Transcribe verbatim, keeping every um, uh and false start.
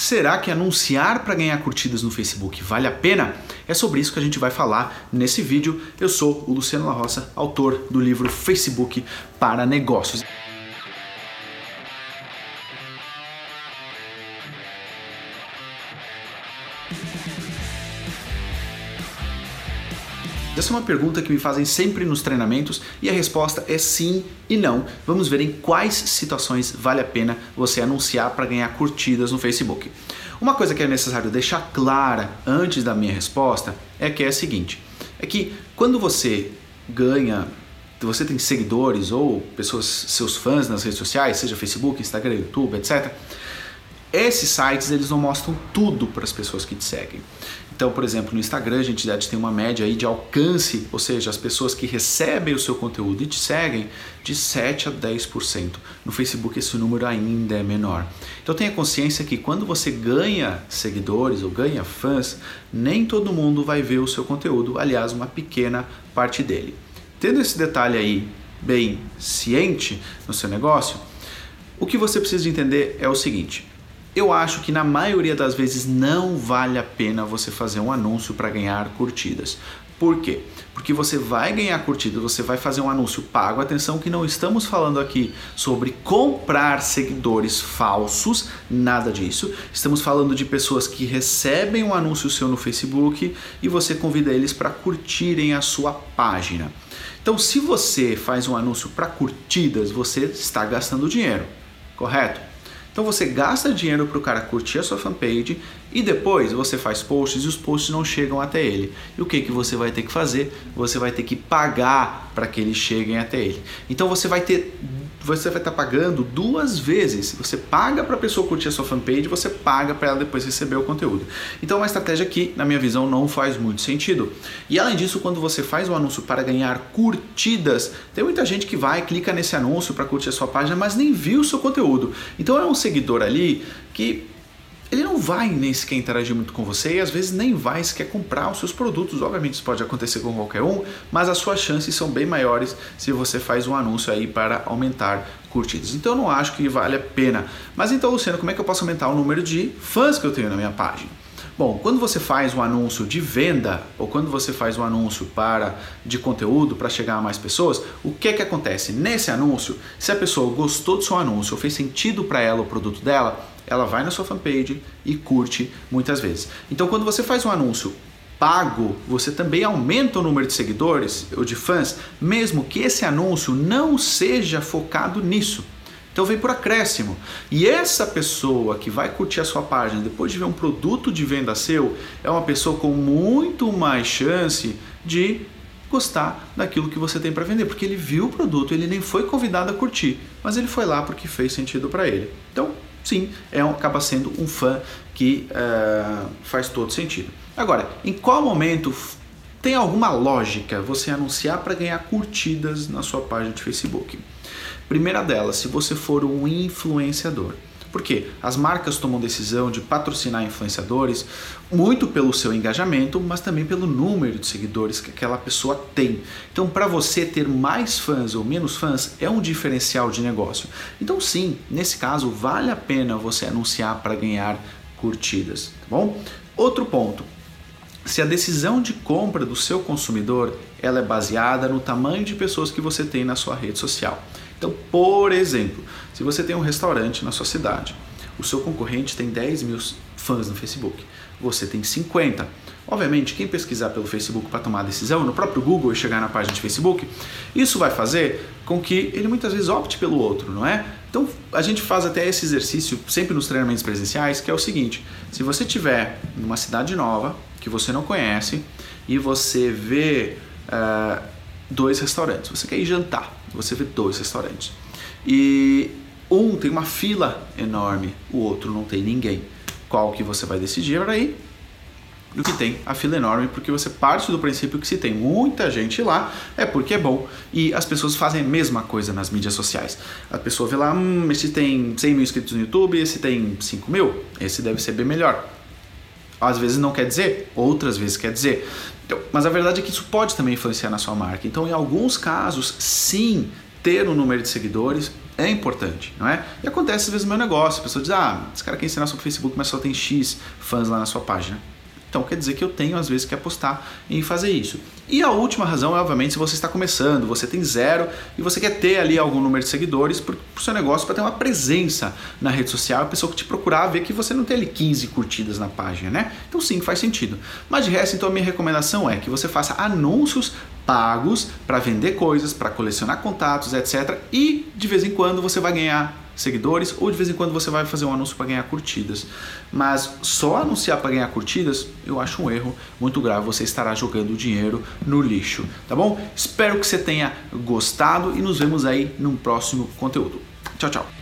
será que anunciar para ganhar curtidas no Facebook vale a pena? É sobre isso que a gente vai falar nesse vídeo. Eu sou o Luciano La Roça, autor do livro Facebook para Negócios. Essa é uma pergunta que me fazem sempre nos treinamentos e a resposta é sim e não. Vamos ver em quais situações vale a pena você anunciar para ganhar curtidas no Facebook. Uma coisa que é necessário deixar clara antes da minha resposta é que é a seguinte, é que quando você ganha, você tem seguidores ou pessoas, seus fãs nas redes sociais, seja Facebook, Instagram, YouTube, etcétera, esses sites eles não mostram tudo para as pessoas que te seguem. Então, por exemplo, no Instagram a gente tem uma média aí de alcance, ou seja, as pessoas que recebem o seu conteúdo e te seguem, de sete a dez por cento. No Facebook esse número ainda é menor. Então tenha consciência que quando você ganha seguidores ou ganha fãs, nem todo mundo vai ver o seu conteúdo, aliás, uma pequena parte dele. Tendo esse detalhe aí bem ciente no seu negócio, o que você precisa de entender é o seguinte: eu acho que na maioria das vezes não vale a pena você fazer um anúncio para ganhar curtidas. Por quê? Porque você vai ganhar curtidas, você vai fazer um anúncio pago. Atenção que não estamos falando aqui sobre comprar seguidores falsos, nada disso. Estamos falando de pessoas que recebem um anúncio seu no Facebook e você convida eles para curtirem a sua página. Então, se você faz um anúncio para curtidas, você está gastando dinheiro, correto? Então você gasta dinheiro para o cara curtir a sua fanpage e depois você faz posts e os posts não chegam até ele. E o que, que você vai ter que fazer? Você vai ter que pagar para que eles cheguem até ele. Então você vai ter, você vai estar pagando duas vezes. Você paga para a pessoa curtir a sua fanpage, você paga para ela depois receber o conteúdo. Então é uma estratégia que, na minha visão, não faz muito sentido. E além disso, quando você faz um anúncio para ganhar curtidas, tem muita gente que vai, clica nesse anúncio para curtir a sua página, mas nem viu o seu conteúdo. Então é um seguidor ali que ele não vai nem sequer interagir muito com você e às vezes nem vai sequer comprar os seus produtos. Obviamente isso pode acontecer com qualquer um, mas as suas chances são bem maiores se você faz um anúncio aí para aumentar curtidas. Então eu não acho que vale a pena. Mas então, Luciano, como é que eu posso aumentar o número de fãs que eu tenho na minha página? Bom, quando você faz um anúncio de venda ou quando você faz um anúncio para, de conteúdo para chegar a mais pessoas, o que é que acontece? Nesse anúncio, se a pessoa gostou do seu anúncio ou fez sentido para ela o produto dela, ela vai na sua fanpage e curte muitas vezes. Então, quando você faz um anúncio pago, você também aumenta o número de seguidores ou de fãs, mesmo que esse anúncio não seja focado nisso. Então vem por acréscimo. E essa pessoa que vai curtir a sua página depois de ver um produto de venda seu, é uma pessoa com muito mais chance de gostar daquilo que você tem para vender, porque ele viu o produto, ele nem foi convidado a curtir, mas ele foi lá porque fez sentido para ele. Então, sim, é um, acaba sendo um fã que uh, faz todo sentido. Agora, em qual momento tem alguma lógica você anunciar para ganhar curtidas na sua página de Facebook? Primeira delas, se você for um influenciador. Por quê? As marcas tomam decisão de patrocinar influenciadores muito pelo seu engajamento, mas também pelo número de seguidores que aquela pessoa tem. Então, para você ter mais fãs ou menos fãs, é um diferencial de negócio. Então, sim, nesse caso, vale a pena você anunciar para ganhar curtidas, tá bom? Outro ponto. Se a decisão de compra do seu consumidor ela é baseada no tamanho de pessoas que você tem na sua rede social. Então, por exemplo, se você tem um restaurante na sua cidade, o seu concorrente tem dez mil fãs no Facebook, você tem cinquenta. Obviamente, quem pesquisar pelo Facebook para tomar a decisão, no próprio Google e chegar na página de Facebook, isso vai fazer com que ele muitas vezes opte pelo outro, não é? Então, a gente faz até esse exercício sempre nos treinamentos presenciais, que é o seguinte: se você estiver numa cidade nova, que você não conhece, e você vê uh, dois restaurantes, você quer ir jantar, você vê dois restaurantes, e um tem uma fila enorme, o outro não tem ninguém. Qual que você vai decidir aí? Do que tem a fila enorme, porque você parte do princípio que se tem muita gente lá, é porque é bom. E as pessoas fazem a mesma coisa nas mídias sociais. A pessoa vê lá, hum, esse tem cem mil inscritos no YouTube, esse tem cinco mil, esse deve ser bem melhor. Às vezes não quer dizer, outras vezes quer dizer. Então, mas a verdade é que isso pode também influenciar na sua marca. Então, em alguns casos, sim, ter um número de seguidores é importante, não é? E acontece às vezes no meu negócio, a pessoa diz, ah, esse cara quer ensinar sobre Facebook, mas só tem X fãs lá na sua página. Então quer dizer que eu tenho às vezes que apostar em fazer isso. E a última razão é, obviamente, se você está começando, você tem zero e você quer ter ali algum número de seguidores para o seu negócio, para ter uma presença na rede social, a pessoa que te procurar ver que você não tem ali quinze curtidas na página, né? Então sim, faz sentido. Mas de resto, então a minha recomendação é que você faça anúncios pagos para vender coisas, para colecionar contatos, etcétera. E de vez em quando você vai ganhar seguidores ou de vez em quando você vai fazer um anúncio para ganhar curtidas. Mas só anunciar para ganhar curtidas, eu acho um erro muito grave. Você estará jogando dinheiro no lixo, tá bom? Espero que você tenha gostado e nos vemos aí num próximo conteúdo. Tchau, tchau.